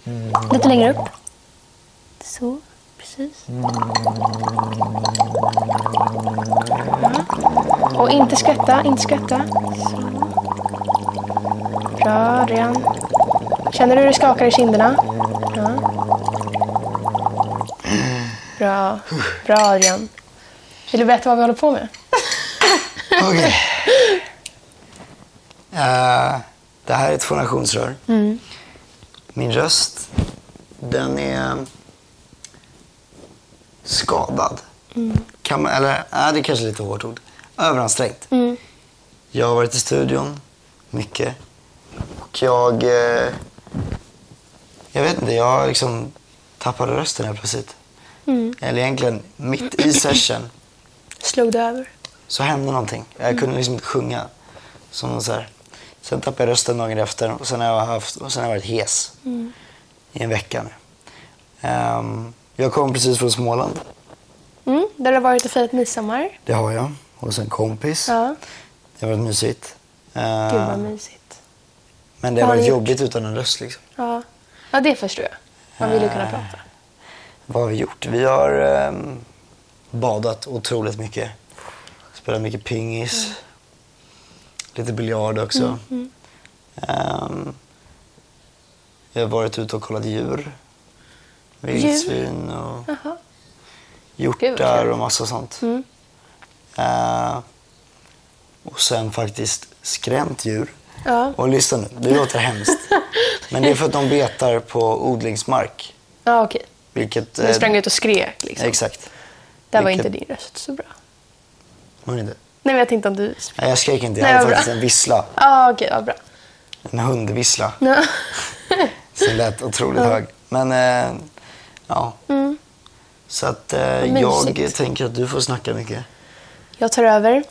Lite längre upp. Så, precis. Och inte skvätta, inte skvätta. Så. Bra, Adrian. Känner du hur det skakar i kinderna? Ja. Bra. Bra, Adrian. Vill du berätta vad vi håller på med? Okej. Det här är ett fonationsrör. Min röst, den är skadad. Kan man, eller det är kanske lite hårt ord. Överansträngt. Jag har varit i studion mycket. Och jag vet inte, jag liksom tappade rösten här plötsligt. Eller egentligen mitt i session. Slog det över? Så hände någonting. Jag kunde liksom inte sjunga. Som så här. Sen tappade jag rösten dagen efter. Och sen har jag varit hes. I en vecka nu. Jag kom precis från Småland. Där har du varit och firat midsommar. Det har jag. Hos en kompis. Ja. Det har varit mysigt. Gud vad mysigt. Men det har varit jobbigt utan en röst liksom. Ja, ja det förstår jag. Man vill ju kunna prata. Vad har vi gjort? Vi har badat otroligt mycket. Spelat mycket pingis. Lite biljard också. Jag har varit ute och kollat djur. Vildsvin och hjortar och massa sånt. Och sen faktiskt skrämt djur. Ja. Och lyssna nu, det låter hemskt. Men det är för att de betar på odlingsmark. Ja, okej. Vilket... Du sprang ut och skrek liksom. Exakt. Där var inte din röst så bra. Var det inte? Nej, men jag tänkte om du... Nej, jag skrek inte. Jag hade faktiskt en vissla. Ja, okej, ja, bra. En hundvissla. Ja. Som lät otroligt hög. Men, ja. Så att jag tänker att du får snacka mycket. Jag tar över.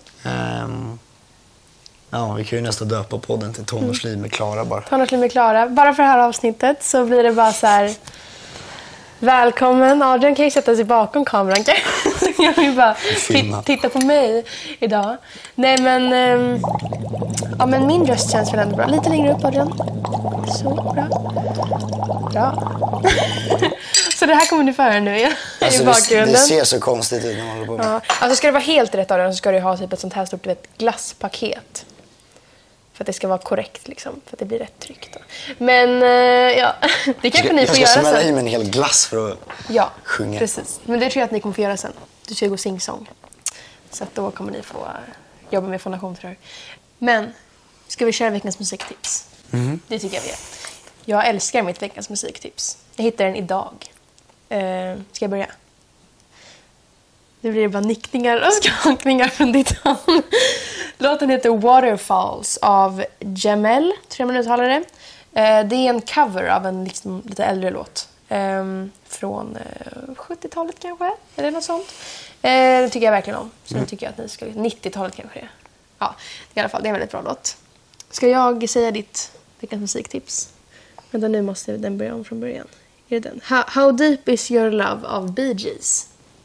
Ja, vi kan ju nästan döpa podden till Tonårsliv med Klara bara. Tonårsliv med Klara. Bara för det här avsnittet så blir det bara så här... Välkommen. Adrian kan ju sätta sig bakom kameran. Jag vill bara titta på mig idag. Nej, men... ja, men min röst känns väl ändå bra. Lite längre upp, Adrian. Så, bra. Bra. Så det här kommer ni få höra nu i bakgrunden. Det ser så konstigt ut när man håller på med. Ja. Alltså ska det vara helt rätt, Adrian, så ska du ha typ ett sånt här stort glasspaket. För att det ska vara korrekt liksom. För att det blir rätt tryckt då. Men ja, det kanske ni får göra sen. Jag ska smälla i mig en hel glass för att sjunga. Ja, precis. Men det tror jag att ni kommer få göra sen. Du ska gå sing-song. Så att då kommer ni få jobba med fonationsrör. Men, ska vi köra veckans musiktips? Det tycker jag vi gör. Jag älskar mitt veckans musiktips. Jag hittade den idag. Ska jag börja? Nu blir det bara nickningar och skakningar från ditt hand. Låten heter Waterfalls av Jamel, tror jag man uttalar det. Det är en cover av en liksom lite äldre låt. Från 70-talet kanske, eller något sånt. Det tycker jag verkligen om. Så nu tycker jag att ni ska... 90-talet kanske det. Ja, i alla fall, det är en väldigt bra låt. Ska jag säga ditt veckans musiktips? Vänta, nu måste den börja om från början. Är det den? How Deep Is Your Love av Bee Gees.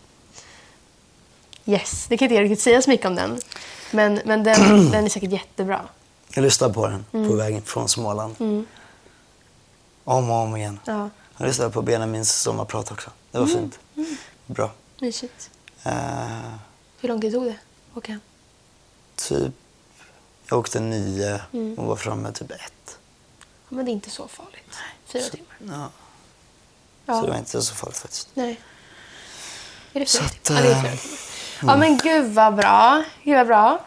Yes, det kan inte jag riktigt säga så mycket om den. Men den är säkert jättebra. Jag lyssnade på den på vägen från Småland. Om och om igen. Ja. Jag lyssnade på Benjamins sommarprat också. Det var fint. Bra. Mysigt. Hur lång tid tog det? Okay. Typ, jag åkte 9 och var framme typ 1. Ja, men det är inte så farligt. 4 timmar. Ja. Så det var inte så farligt faktiskt. Nej. Är det 4 timmar? Ja, det är 4 timmar. Ja, men gud vad bra. Gud vad bra.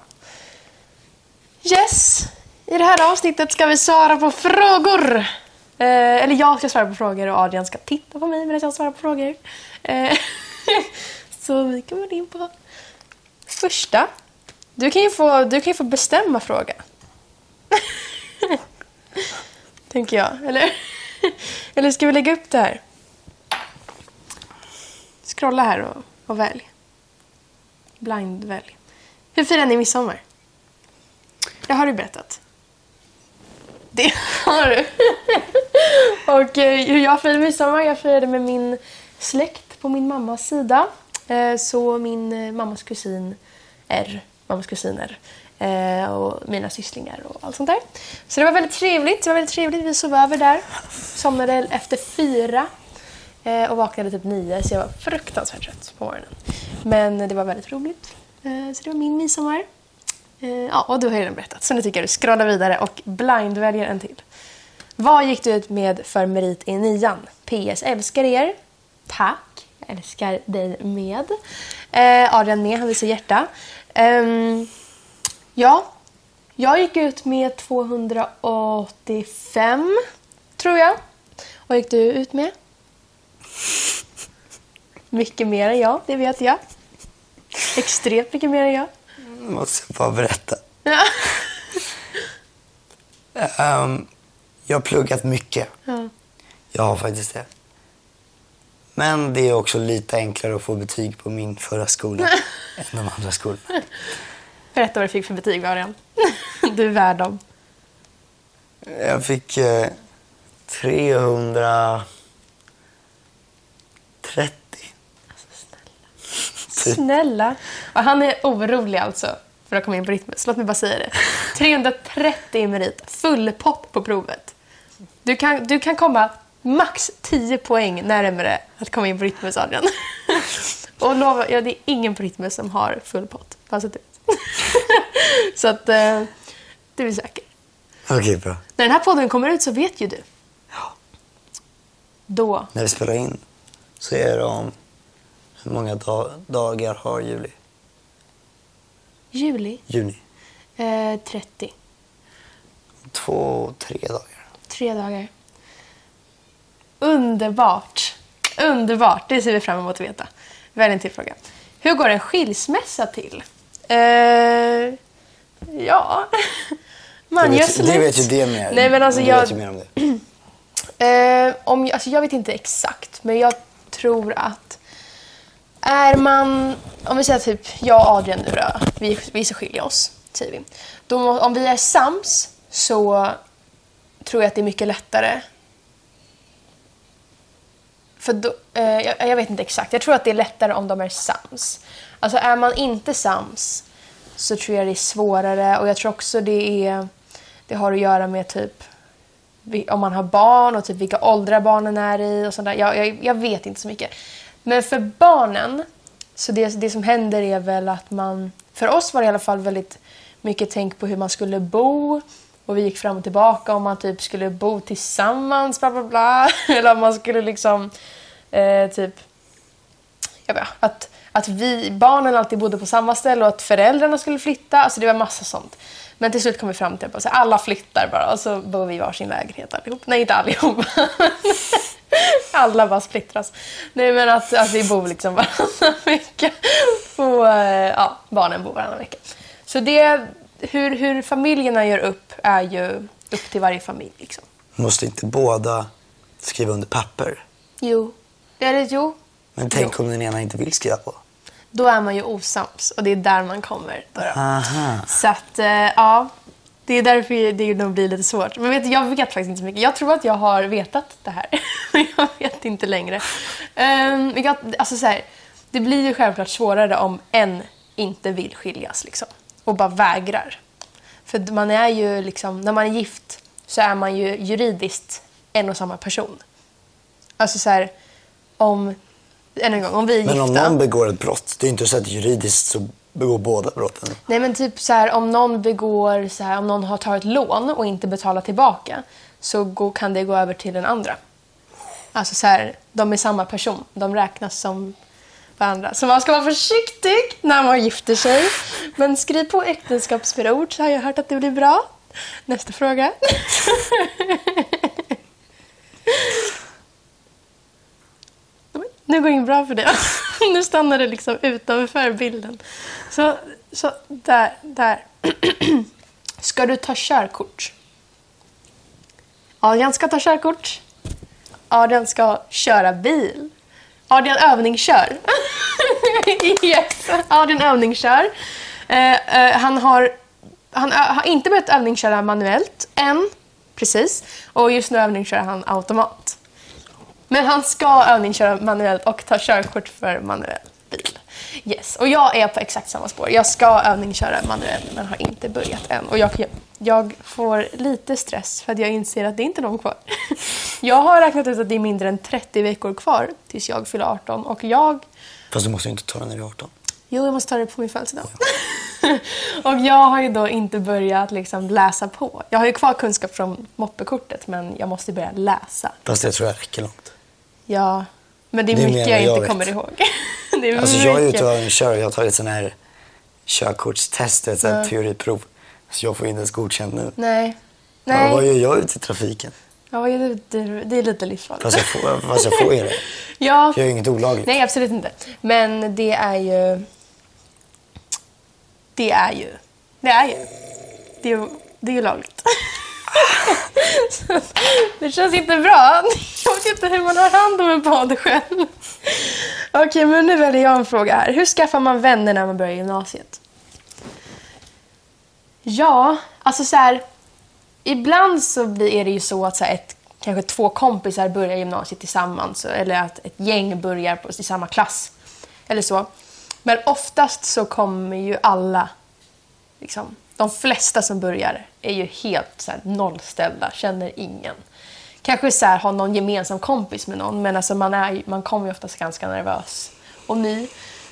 Yes. I det här avsnittet ska vi svara på frågor. Eller jag ska svara på frågor och Adrian ska titta på mig medan jag svarar på frågor. Så vi kommer in på första. Du kan ju få bestämma fråga. Tänker jag. Eller ska vi lägga upp det här? Scrolla här och välj. Blind välj. Hur firar ni midsommar? Det har du berättat. Det har du. Och hur jag firade midsommar? Jag firade med min släkt på min mammas sida. Så min mammas kusiner Och mina sysslingar och allt sånt där. Så det var väldigt trevligt. Vi sov över där. Somnade efter 4. Och vaknade typ 9. Så jag var fruktansvärt trött på morgonen. Men det var väldigt roligt. Så det var min midsommar. Ja, och du har ju redan berättat. Så nu tycker jag du scrollar vidare och blindväljer en till. Vad gick du ut med för merit i 9:an? PS, älskar er. Tack. Jag älskar dig med. Adrian med, han visar hjärta. Ja, jag gick ut med 285, tror jag. Vad gick du ut med? Mycket mer än jag, det vet jag. Extremt mycket mer än jag. Måste jag bara berätta. Ja. Jag har pluggat mycket. Ja. Jag har faktiskt det. Men det är också lite enklare att få betyg på min förra skola än de andra skolorna. Berätta vad du fick för betyg, Adrian. Du är värd dem. Jag fick 330. Snälla. Och han är orolig alltså för att komma in på Rytmus. Låt mig bara säga det. 330 i merit. Full pott på provet. Du kan komma max 10 poäng närmare att komma in på Rytmus, Adrian. Och lova, ja, det är ingen på Rytmus som har full pott. Bara så att du vet. Så att du är säker. Okej, bra. När den här podden kommer ut så vet ju du. Ja. Då. När vi spelar in så är det om hur många dagar har juli? Juni. 30. 2-3 dagar. 3 dagar. Underbart. Det ser vi fram emot att veta. Välj en till fråga. Hur går en skilsmässa till? Ja. Man gör slut. Det vet ju det mer. Nej, men alltså vet ju mer om det. Jag vet inte exakt, men jag tror att är man, om vi säger typ jag och Adrian nu då, vi ska skilja oss, säger vi. Då, om vi är sams så tror jag att det är mycket lättare. För då, jag vet inte exakt. Jag tror att det är lättare om de är sams. Alltså är man inte sams så tror jag det är svårare. Och jag tror också det har att göra med typ om man har barn och typ vilka åldrar barnen är i och sånt där. Jag vet inte så mycket. Men för barnen, så det som händer är väl att man, för oss var det i alla fall väldigt mycket tänk på hur man skulle bo. Och vi gick fram och tillbaka om man typ skulle bo tillsammans, bla bla bla. Eller om man skulle liksom, typ, jag vet, att vi, barnen alltid bodde på samma ställe och att föräldrarna skulle flytta. Alltså det var massa sånt. Men till slut kom vi fram till att alla flyttar bara och så bor vi i varsin lägenhet allihop. Nej, inte allihop. Alla bara splittras. Nej, men att vi bor liksom varannan vecka. Och barnen bor varannan vecka. Så det, hur familjerna gör upp är ju upp till varje familj liksom. Måste inte båda skriva under papper? Jo. Jo. Men tänk om den ena inte vill skriva på? Då är man ju osams och det är där man kommer. Aha. Så att, det är därför det nog blir lite svårt. Men jag vet faktiskt inte så mycket. Jag tror att jag har vetat det här. Men jag vet inte längre. Alltså så här, det blir ju självklart svårare om en inte vill skiljas liksom. Och bara vägrar. För man är ju liksom, när man är gift så är man ju juridiskt en och samma person. Alltså så här, om vi är men gifta. om någon begår ett brott, det är inte så att juridiskt så begår båda brotten. Nej, men typ så här, om någon har tagit lån och inte betalat tillbaka så kan det gå över till den andra. Alltså så här, de är samma person. De räknas som varandra. Så man ska vara försiktig när man gifter sig. Men skriv på äktenskapsförord så har jag hört att det blir bra. Nästa fråga. Nu går det bra för det. Nu stannar det liksom utanför bilden. Så där. Ska du ta körkort? Adrian ska ta körkort. Adrian ska köra bil. Adrian övningskör. Yes. Adrian övningskör. Han har inte börjat övningsköra manuellt än. Precis. Och just nu övningskör han automat. Men han ska övningsköra manuellt och ta körkort för manuell bil. Yes, och jag är på exakt samma spår. Jag ska övningsköra manuell men har inte börjat än. Och jag får lite stress för att jag inser att det inte är någon kvar. Jag har räknat ut att det är mindre än 30 veckor kvar tills jag fyller 18. Och Fast du måste ju inte ta den när du är 18. Jo, jag måste ta det på min födelsedag. Och jag har ju då inte börjat liksom läsa på. Jag har ju kvar kunskap från moppekortet men jag måste börja läsa. Fast det tror jag räcker långt. Ja, men det är mycket jag inte kommer ihåg. Det är alltså jag är mycket. ute och övningskör och jag har tagit sån här körkortstest, ett teoriprov. Så jag får inte ens godkänt nu. Nej. Ja, vad gör jag ute i trafiken? Ja, det är lite livsfarligt. Fast jag får ju det. Ja. Jag gör inget olagligt. Nej, absolut inte. Men det är ju... Det är ju lagligt. Det känns inte bra. Jag vet inte hur man har hand om en podd själv. Okej, men nu väljer jag en fråga här. Hur skaffar man vänner när man börjar gymnasiet? Ja, alltså så här... Ibland så är det ju så att så här, kanske 2 kompisar börjar gymnasiet tillsammans. Eller att ett gäng börjar i samma klass. Eller så. Men oftast så kommer ju alla... Liksom, de flesta som börjar är ju helt så här, nollställda, känner ingen. Kanske så här, har någon gemensam kompis med någon, men alltså man kommer ju oftast ganska nervös och ny.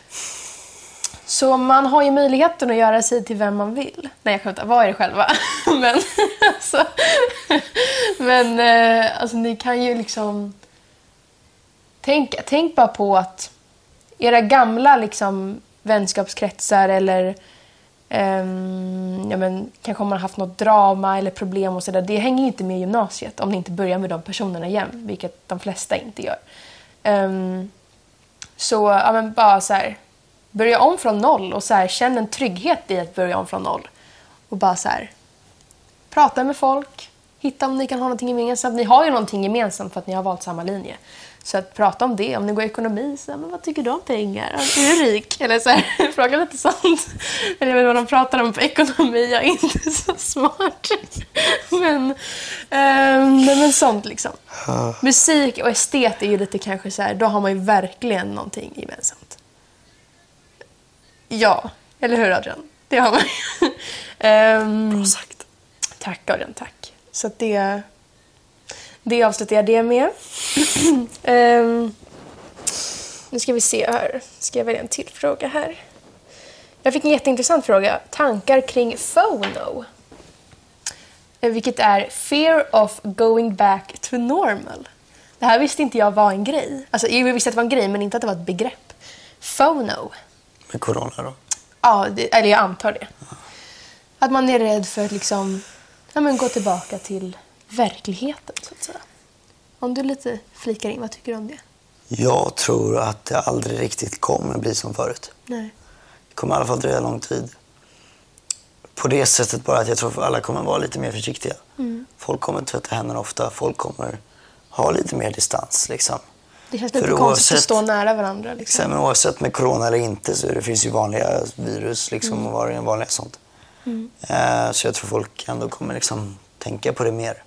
Så man har ju möjligheten att göra sig till vem man vill. Nej, jag kan inte vara er själva. men alltså, ni kan ju liksom... Tänk bara på att era gamla liksom, vänskapskretsar eller... kanske om man har haft något drama eller problem och sådär, det hänger ju inte med i gymnasiet om ni inte börjar med de personerna igen, vilket de flesta inte gör. Så bara så här, börja om från noll och så här, känn en trygghet i att börja om från noll och bara så här, prata med folk, hitta om ni kan ha någonting gemensamt. Ni har ju någonting gemensamt för att ni har valt samma linje. Så att prata om det. Om ni går ekonomi, så men vad tycker du om pengar? Är du rik? Eller så här, fråga lite sånt. Eller jag vet vad de pratar om på ekonomi. Jag är inte så smart. men sånt liksom. Musik och estet är ju lite kanske så här, då har man ju verkligen någonting gemensamt. Ja, eller hur Adrian? Det har man. Bra sagt. Tack Adrian, tack. Så att det avslutar jag det med. Nu ska vi se här. Ska jag välja en till fråga här? Jag fick en jätteintressant fråga. Tankar kring FOMO. Vilket är Fear of going back to normal. Det här visste inte jag var en grej. Alltså jag visste att det var en grej, men inte att det var ett begrepp. FOMO. Med corona då? Ja, eller jag antar det. Att man är rädd för att liksom, gå tillbaka till verkligheten så att säga. Om du lite flikar in, vad tycker du om det? Jag tror att det aldrig riktigt kommer bli som förut. Nej. Det kommer i alla fall dröja lång tid. På det sättet bara att jag tror att alla kommer vara lite mer försiktiga. Folk kommer tvätta händerna ofta. Folk kommer ha lite mer distans liksom. Det känns lite konstigt att stå nära varandra. Liksom. Men oavsett med corona eller inte så det finns ju vanliga virus liksom, och vanliga sånt. Så jag tror folk ändå kommer liksom tänka på det mer.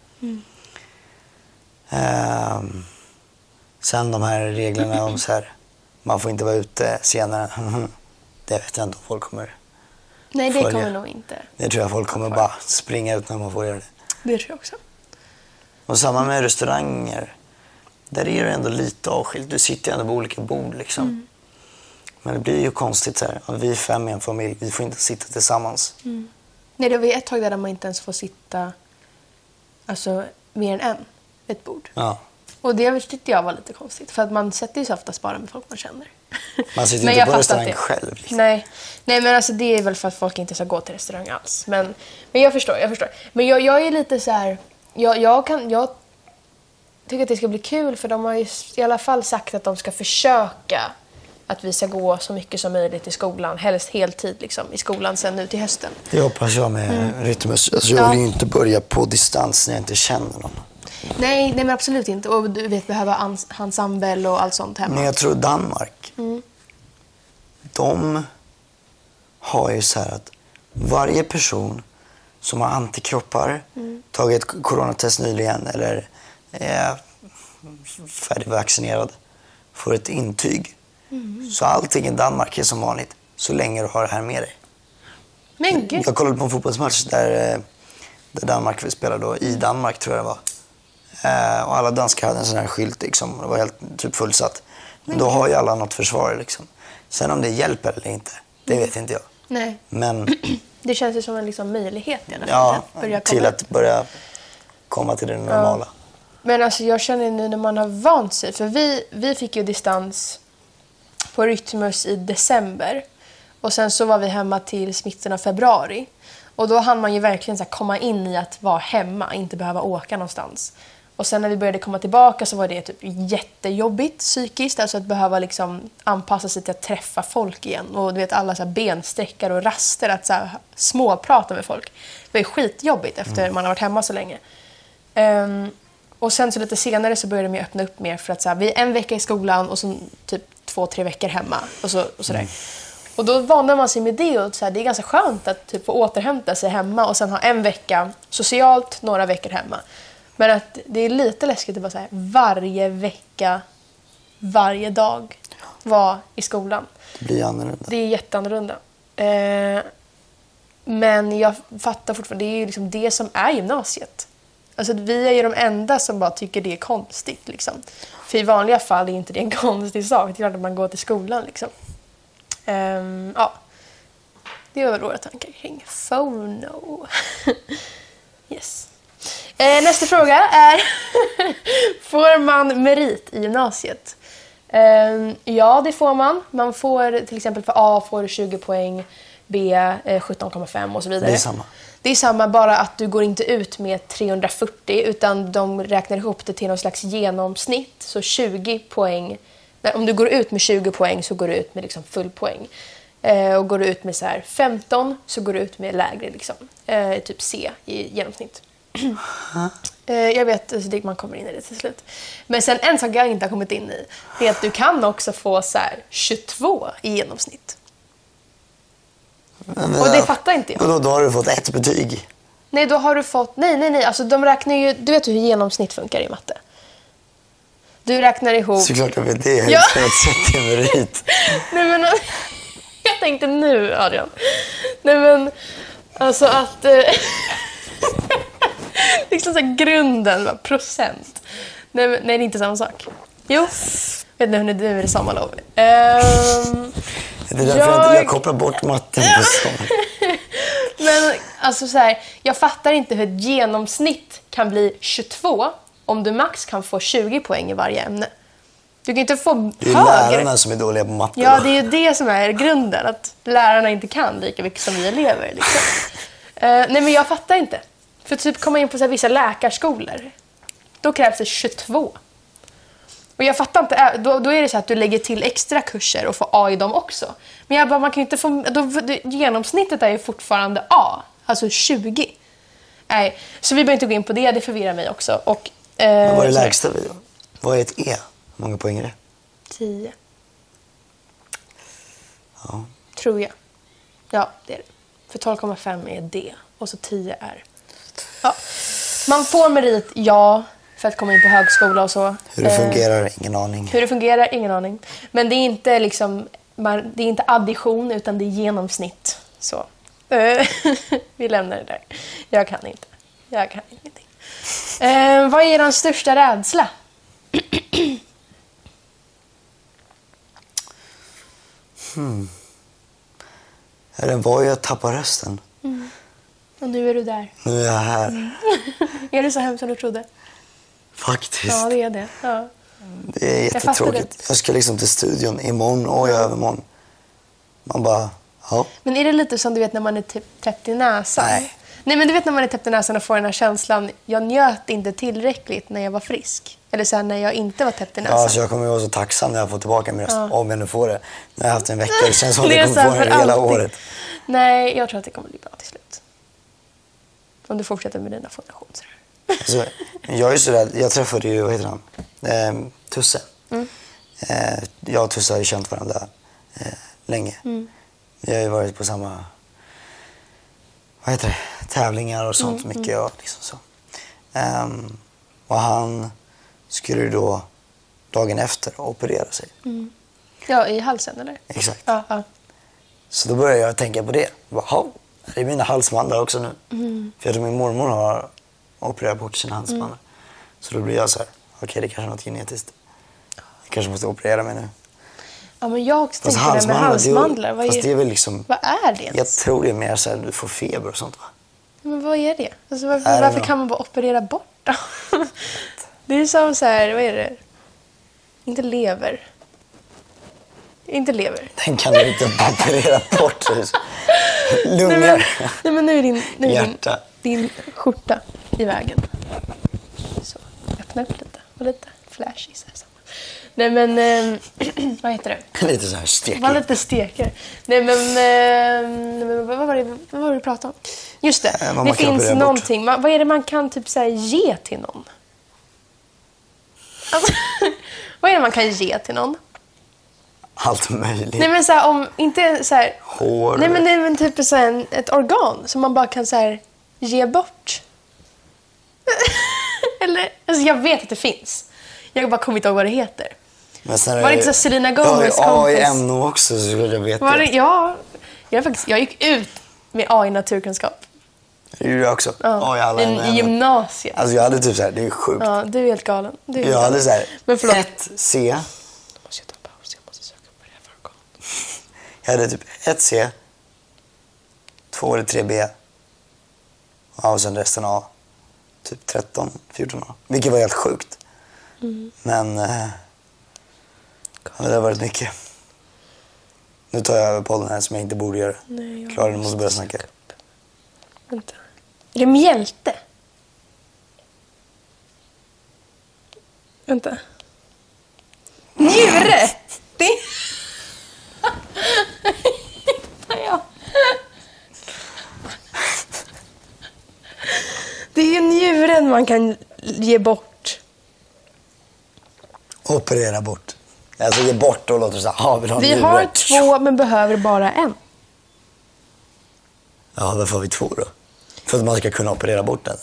Sen de här reglerna om så här, man får inte vara ute senare. Det vet jag inte om folk kommer. Nej, det kommer nog inte. Det tror jag folk kommer bara springa ut när man får göra det. Det tror jag också. Och samma med restauranger. Där är det ändå lite avskilt. Du sitter ändå på olika bord liksom. Men det blir ju konstigt så här. Vi är 5 i en familj. Vi får inte sitta tillsammans. Nej, det var ett tag där man inte ens får sitta alltså mer än en ett bord. Ja. Och det tyckte jag var lite konstigt. För att man sätter ju så ofta bara med folk man känner. Man sitter inte på restaurang själv. Liksom. Nej, men alltså det är väl för att folk inte ska gå till restaurang alls. Men jag förstår. Men jag är lite så här... Jag tycker att det ska bli kul. För de har ju i alla fall sagt att de ska försöka att vi ska gå så mycket som möjligt i skolan. Helst heltid liksom, i skolan sen nu till hösten. Det hoppas jag med Rytmus. Alltså, jag vill ju inte börja på distans när jag inte känner någon. Nej, men absolut inte. Och du vet, behöva ensemble och allt sånt hemma. Men jag tror Danmark, de har ju så här att varje person som har antikroppar, tagit ett coronatest nyligen eller är färdigvaccinerad får ett intyg Så allting i Danmark är som vanligt så länge du har det här med dig. Men gud. Jag kollade på en fotbollsmatch där Danmark spelade då, i Danmark tror jag det var. Och alla danskar hade en sån här skylt liksom, det var helt typ fullsatt. Men då har ju alla något försvar liksom. Sen om det hjälper eller inte, det vet inte jag. Nej. Men det känns ju som en liksom möjlighet i alla fall. Ja, till att börja komma till det normala. Ja. Men alltså jag känner nu när man har vant sig, för vi fick ju distans på Rytmus i december. Och sen så var vi hemma till mitten av februari. Och då hann man ju verkligen så här komma in i att vara hemma, inte behöva åka någonstans. Och sen när vi började komma tillbaka så var det typ jättejobbigt psykiskt. Alltså att behöva liksom anpassa sig till att träffa folk igen. Och du vet alla så här bensträckare och raster, att så här småprata med folk. Det var ju skitjobbigt efter man har varit hemma så länge. Och sen så lite senare så började de öppna upp mer för att så här, vi är en vecka i skolan och så typ 2-3 veckor hemma. Och sådär. Och då vande man sig med det och så här, det är ganska skönt att typ få återhämta sig hemma och sen ha en vecka socialt, några veckor hemma. Men att det är lite läskigt att bara så här, varje vecka, varje dag vara i skolan. Det blir annorlunda. Det är jätteannorlunda. Men jag fattar fortfarande, det är ju liksom det som är gymnasiet. Alltså vi är ju de enda som bara tycker det är konstigt liksom. För i vanliga fall är inte det en konstig sak. Det är klart att man går till skolan liksom. Ja. Det var våra tankar kring FOMO. Yes. Nästa fråga är får man merit i gymnasiet? Ja, det får man. Man får till exempel för A får 20 poäng, B 17,5 och så vidare. Det är samma. Det är samma, bara att du går inte ut med 340 utan de räknar ihop det till någon slags genomsnitt. Så 20 poäng, om du går ut med 20 poäng så går du ut med liksom full poäng. Och går du ut med så här 15 så går du ut med lägre liksom. Typ C i genomsnitt. Jag vet, alltså man kommer in i det till slut. Men sen en sak jag inte har kommit in i är att du kan också få så här 22 i genomsnitt. Och det fattar inte jag. Då har du fått ett betyg. Nej, då har du fått... Nej. Alltså de räknar ju... Du vet hur genomsnitt funkar i matte. Du räknar ihop... Såklart jag vet det. Jag har inte sett det merit. Nej, men... Jag tänkte nu, Adrian. Nej, men... Alltså att... liksom så här grunden, procent. Nej, det är inte samma sak. Jo. Vet ni, nu är det sommarlov. Det är därför jag kopplar bort matten på sommar. Men alltså så här, jag fattar inte hur ett genomsnitt kan bli 22 om du max kan få 20 poäng i varje ämne. Du kan inte få högre. Det är lärarna som är dåliga på matte. Ja, det är ju det som är grunden. Att lärarna inte kan lika mycket som vi elever. Liksom. Nej, men jag fattar inte. För typ komma in på så här, vissa läkarskolor, då krävs det 22. Och jag fattar inte, då är det så att du lägger till extra kurser och får A i dem också. Men jag bara, man kan inte få, genomsnittet är ju fortfarande A, alltså 20. Nej, så vi behöver inte gå in på det, det förvirrar mig också. Och, men vad är det lägsta vi då? Vad är ett E? Hur många poäng är det? 10. Ja. Tror jag. Ja, det är det. För 12,5 är D och så 10 är... Ja. Man får merit, ja, för att komma in på högskola och så. Hur det fungerar, ingen aning. Hur det fungerar, ingen aning. Men det är inte liksom, det är inte addition utan det är genomsnitt. Så. Vi lämnar det där. Jag kan inte. Jag kan ingenting. Vad är er största rädsla? Det var ju att tappa rösten. Och nu är du där. Nu är jag här. Är det så hemskt som du trodde? Faktiskt. Ja, det är det. Ja. Det är jättetråkigt. Jag ska liksom till studion imorgon och övermorgon. Man bara, ja. Men är det lite som du vet när man är täppt i näsan? Nej, men du vet när man är täppt i näsan och får den här känslan, jag njöt inte tillräckligt när jag var frisk. Eller så här, när jag inte var täppt i näsan. Ja, så jag kommer ju vara så tacksam när jag får tillbaka min röst. Om jag nu får det. När jag har haft en vecka, det känns som att jag kommer få den hela året. Nej, jag tror att det kommer bli bra till slut. Om du fortsätter med dina foundationer. Alltså, jag är så rädd. Jag träffade ju, vad heter han? Tusse. Jag och Tusse har ju känt varandra länge. Vi har ju varit på samma, vad heter det, tävlingar och sånt mycket. Och liksom så. Och han skulle då dagen efter operera sig. Ja, i halsen eller? Exakt. Ja. Så då började jag tänka på det. Jaha, det är mina halsmandlar också nu. För jag tror min mormor har opererat bort sina halsmandlar. Så då blir jag så här, okej, det kanske är något genetiskt. Jag kanske måste operera mig nu. Ja, men jag också tänkte det med halsmandlar. Det är väl liksom, vad är det ens? Jag tror det är mer så här, du får feber och sånt, va? Men vad är det? Alltså, varför kan man bara operera bort då? Det är som så här, vad är det? Inte lever. Den kan du inte operera bort. Lungor. Nej, men nu är Hjärta. din skjorta i vägen. Så, öppna upp lite. Och lite flashy så här. Nej, men vad heter det? Lite så här stekig. Var lite stekare. Nej, men vad var det vi pratade om? Just det, det finns någonting. Vad är det man kan typ så här ge till någon? Alltså, vad är det man kan ge till någon? Allt möjligt. Nej, men så här, om inte så här, hår. Nej, men typ så här, ett organ som man bara kan så här ge bort. Eller alltså jag vet att det finns. Jag har bara kommit ihåg vad det heter. Men sen var det inte så Selena Gomez kompis? Ja, i NO också så skulle jag veta. Ja, jag gick ut med A i naturkunskap. Det gjorde jag också. Ja, i gymnasiet. Alltså jag hade typ så här, det är sjukt. Ja, du är helt galen. Jag hade så här, men 1C. Måste jag ta en paus? Jag måste söka på det här för organ. Jag hade typ 1C, 2 eller 3B. Ja, och sen resten A. Typ 13, 14 A. Vilket var helt sjukt. Men det har varit mycket. Nu tar jag över podden här som jag inte borde göra. Klara, du måste börja snacka. Vänta. Är det mjälte? Vänta. Njure! Det... ja. Det är ju njuren man kan ge bort. Operera bort. Alltså ge bort och låter så här, vi har 2 men behöver bara en. Ja, varför har vi 2 då? För att man ska kunna operera bort den?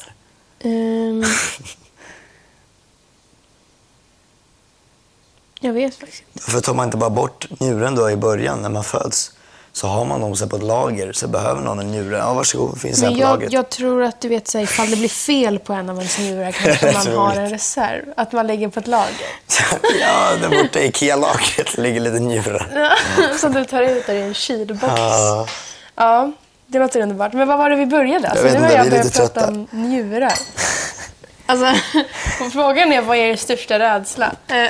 Jag vet faktiskt inte. För tar man inte bara bort njuren då i början när man föds, så har man dem så på ett lager, så behöver någon en njure. Ja, varsågod, finns det här på lagret. Jag tror att du vet, så här, ifall det blir fel på en av ens njurar kanske man har en reserv. Att man lägger på ett lager. Ja, där borta i IKEA-lagret ligger lite njurar. Som du tar ut där i en kylbox. Ja, det låter underbart. Men vad var det vi började? Alltså, nu har jag börjat prata om njurar. Alltså, frågan är, vad är er största rädsla?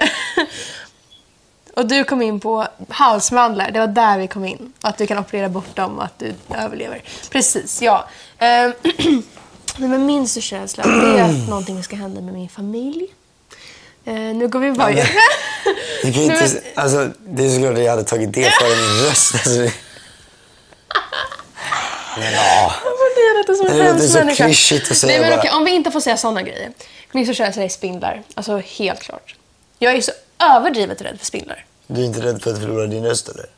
Och du kom in på halsmandlar. Det var där vi kom in. Att du kan operera bort dem och att du överlever. Precis, ja. Men min största rädsla är att någonting ska hända med min familj. Nu går vi bara... Det kan inte... Alltså, det är såklart att jag hade tagit det för min röst. Alltså. Men ja. Det låter så klyschigt att säga. Nej, men bara. okej, om vi inte får säga sådana grejer. Min största rädsla är spindlar. Alltså, helt klart. Jag är så överdrivet rädd för spindlar. Du är inte rädd för att förlora din röst, eller?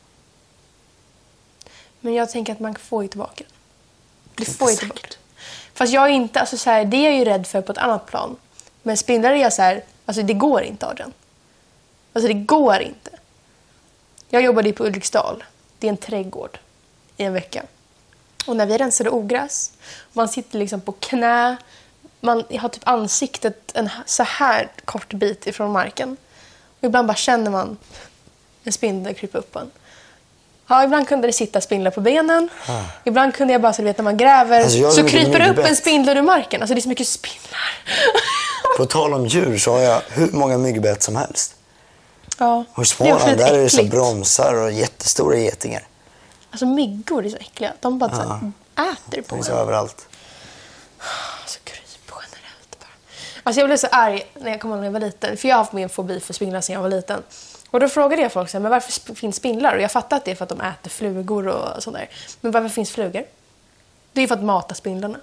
Men jag tänker att man får ju tillbaka den. Du får ju tillbaka den. Fast jag är inte, alltså så här, det är jag ju rädd för på ett annat plan. Men spindlar är jag så här, alltså det går inte, Adrian. Alltså det går inte. Jag jobbade ju på Ulriksdal. Det är en trädgård i en vecka. Och när vi rensade ogräs, man sitter liksom på knä, man har typ ansiktet en så här kort bit ifrån marken. Och ibland bara känner man en spindel krypa upp på en. Ja, ibland kunde det sitta spindlar på benen. Ibland kunde jag bara, så du vet, när man gräver alltså så kryper det upp en spindel ur marken. Alltså det är så mycket spindlar. På tal om djur så har jag hur många myggbett som helst. Ja, och i Småland där är det så bromsar och jättestora getingar. Alltså myggor är så äckliga. De bara så äter på de finns en. överallt. Så kryp generellt bara. Alltså jag blev så arg när jag kom ihåg när jag var liten. För jag har haft min fobi för spindlar sedan jag var liten. Och då frågade jag folk så här, men varför finns spindlar? Och jag fattar att det är för att de äter flugor och sånt där. Men varför finns flugor? Det är för att mata spindlarna.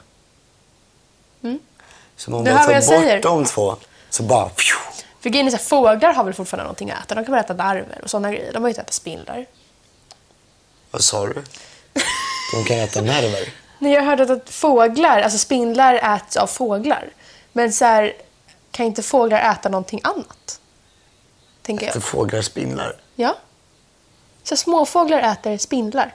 Så man bara tar bort de 2 så bara... För grejen är så här, fåglar har väl fortfarande någonting att äta. De kan väl äta larver och sådana grejer. De har ju inte ätit spindlar. Vad sa du? De kan äta nerver. Nej, jag hörde att fåglar, alltså spindlar äts av fåglar. Men så här, kan inte fåglar äta någonting annat? Tänker jag. Äter fåglar spindlar? Ja. Så småfåglar äter spindlar.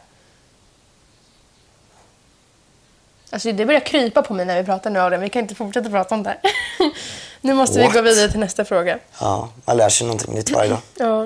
Alltså det börjar krypa på mig när vi pratar nu, Adrian. Vi kan inte fortsätta prata om det här. Nu måste vi gå vidare till nästa fråga. Ja, man lär sig någonting nytt varje dag. Ja.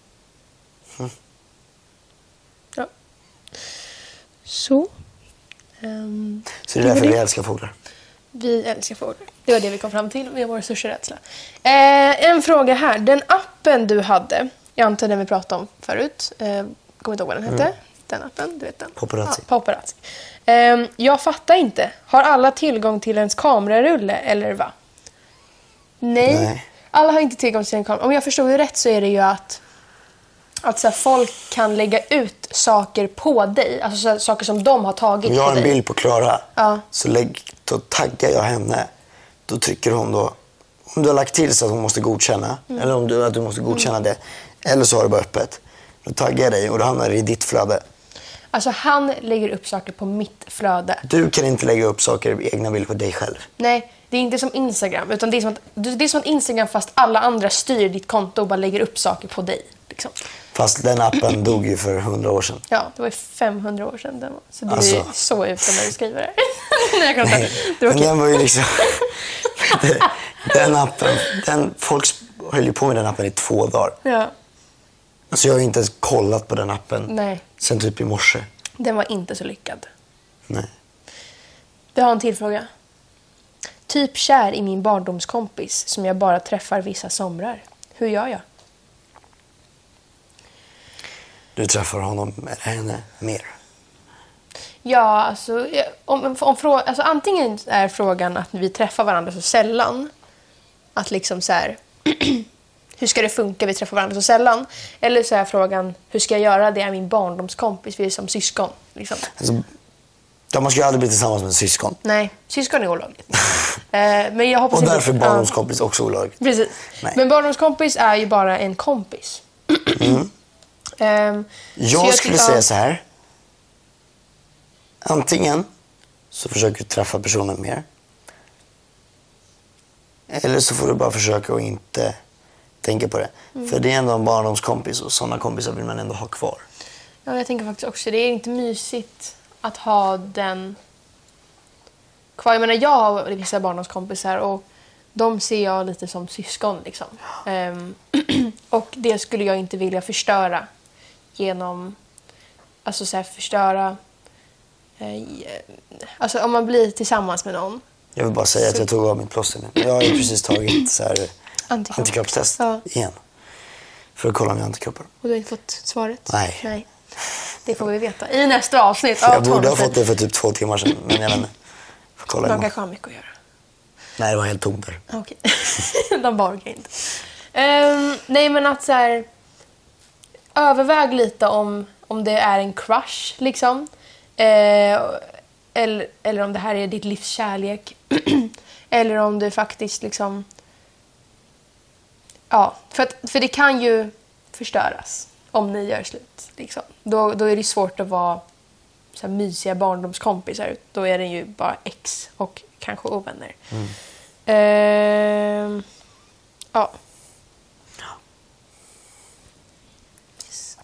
Ja. Så. Så det är därför vi älskar fåglar. Vi älskar fåglar. Det var det vi kom fram till med vår sushi-rädsla. En fråga här. Den appen du hade, jag antar den vi pratade om förut. Kommer inte ihåg vad den hette. Den appen, du vet den. Paparazzi. Ja, Paparazzi. Jag fattar inte. Har alla tillgång till ens kamerarulle eller va? Nej. Alla har inte tillgång till en kamera. Om jag förstod det rätt så är det ju att så här, folk kan lägga ut saker på dig. Alltså så här, saker som de har tagit på dig. Jag har en bild på Klara. Ja. Så då taggar jag henne. Då trycker hon då. Om du har lagt till så att hon måste godkänna. Eller om att du måste godkänna det. Eller så har du bara öppet. Då taggar jag dig och då hamnar det i ditt flöde. Alltså han lägger upp saker på mitt flöde. Du kan inte lägga upp saker, egna bilder på dig själv. Nej, det är inte som Instagram. Utan det är som att Instagram fast alla andra styr ditt konto och bara lägger upp saker på dig. Liksom. Fast den appen dog ju för 100 år sedan. Ja, det var ju 500 år sedan den var. Så det Alltså. är så ute när du skriver det. Nej, jag kan Nej, det var men den var ju liksom... den appen, folk höll ju på med den appen i 2 dagar. Ja. Alltså jag har inte ens kollat på den appen. Nej. Sen typ i morse. Den var inte så lyckad. Nej. Vi har en till fråga. Typ kär i min barndomskompis som jag bara träffar vissa somrar. Hur gör jag? Du träffar honom eller henne mer. Ja, alltså, alltså antingen är frågan att vi träffar varandra så sällan. Att liksom så här... hur ska det funka? Vi träffar varandra så sällan. Eller så är frågan, hur ska jag göra? Det är min barndomskompis. Vi är som syskon. Liksom. Alltså, man ska ju aldrig bli tillsammans med en syskon. Nej, syskon är olagligt. Men jag hoppas och därför är inte... barndomskompis också olagligt. Precis. Nej. Men barndomskompis är ju bara en kompis. Jag skulle säga så här. Antingen så försöker du träffa personen mer. Eller så får du bara försöka att inte tänka på det. För det är ändå en barndomskompis och sådana kompisar vill man ändå ha kvar. Ja, jag tänker faktiskt också. Det är inte mysigt att ha den kvar. Jag menar, jag har vissa barndomskompisar och de ser jag lite som syskon liksom. Och det skulle jag inte vilja förstöra genom, alltså så här, förstöra alltså om man blir tillsammans med någon. Jag vill bara säga att jag tog av mitt plåster nu. Jag har ju precis tagit så här antikroppstest igen. För att kolla om jag har antikroppar. Och du har inte fått svaret? Nej. Det får vi veta i nästa avsnitt. Jag borde ha fått det för typ 2 timmar sedan. Men jag vet inte. Får kolla de kanske har mycket att göra. Nej, det var helt tomt där. Okej. De bargar inte. Nej, men att så här, överväg lite om det är en crush liksom. Eller om det här är ditt livs kärlek. Eller om det faktiskt liksom... Ja, för det kan ju förstöras om ni gör slut. Liksom. Då är det svårt att vara så här mysiga barndomskompisar. Då är det ju bara ex och kanske ovänner. Ja. Yes.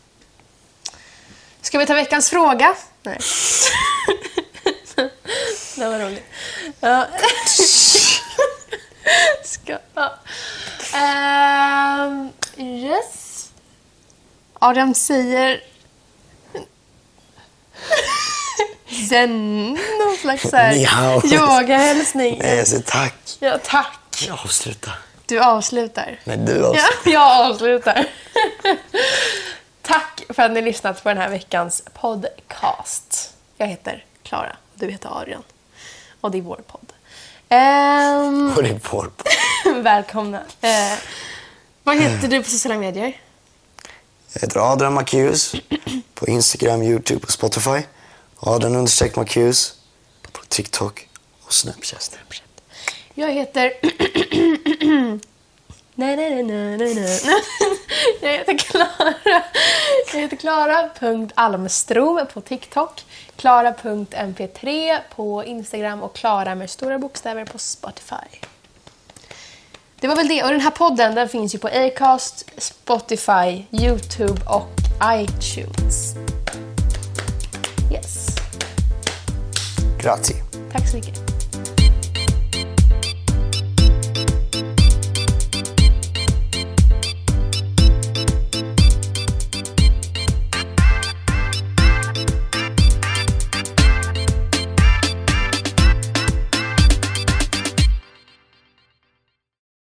Ska vi ta veckans fråga? Nej. Det var roligt. Ja. Yes. Adam säger någon slags yogahälsning. Nej, jag säger tack. Ja, tack. Jag avslutar. Du avslutar. Nej, du avslutar. Ja, jag avslutar. Tack för att ni lyssnat på den här veckans podcast. Jag heter Klara. Du heter Adrian. Och det är vår podd. Och det är vår podd. Välkomna. Vad heter du på sociala medier? Jag heter Adrian Macéus på Instagram, YouTube och Spotify. Adrian_Macéus på TikTok och Snapchat. Jag heter... Nej. Jag heter Klara. Jag heter Klara.almstrom på TikTok. Klara.mp3 på Instagram och Klara med stora bokstäver på Spotify. Det var väl det. Och den här podden den finns ju på Acast, Spotify, YouTube och iTunes. Yes. Grazie. Tack så mycket.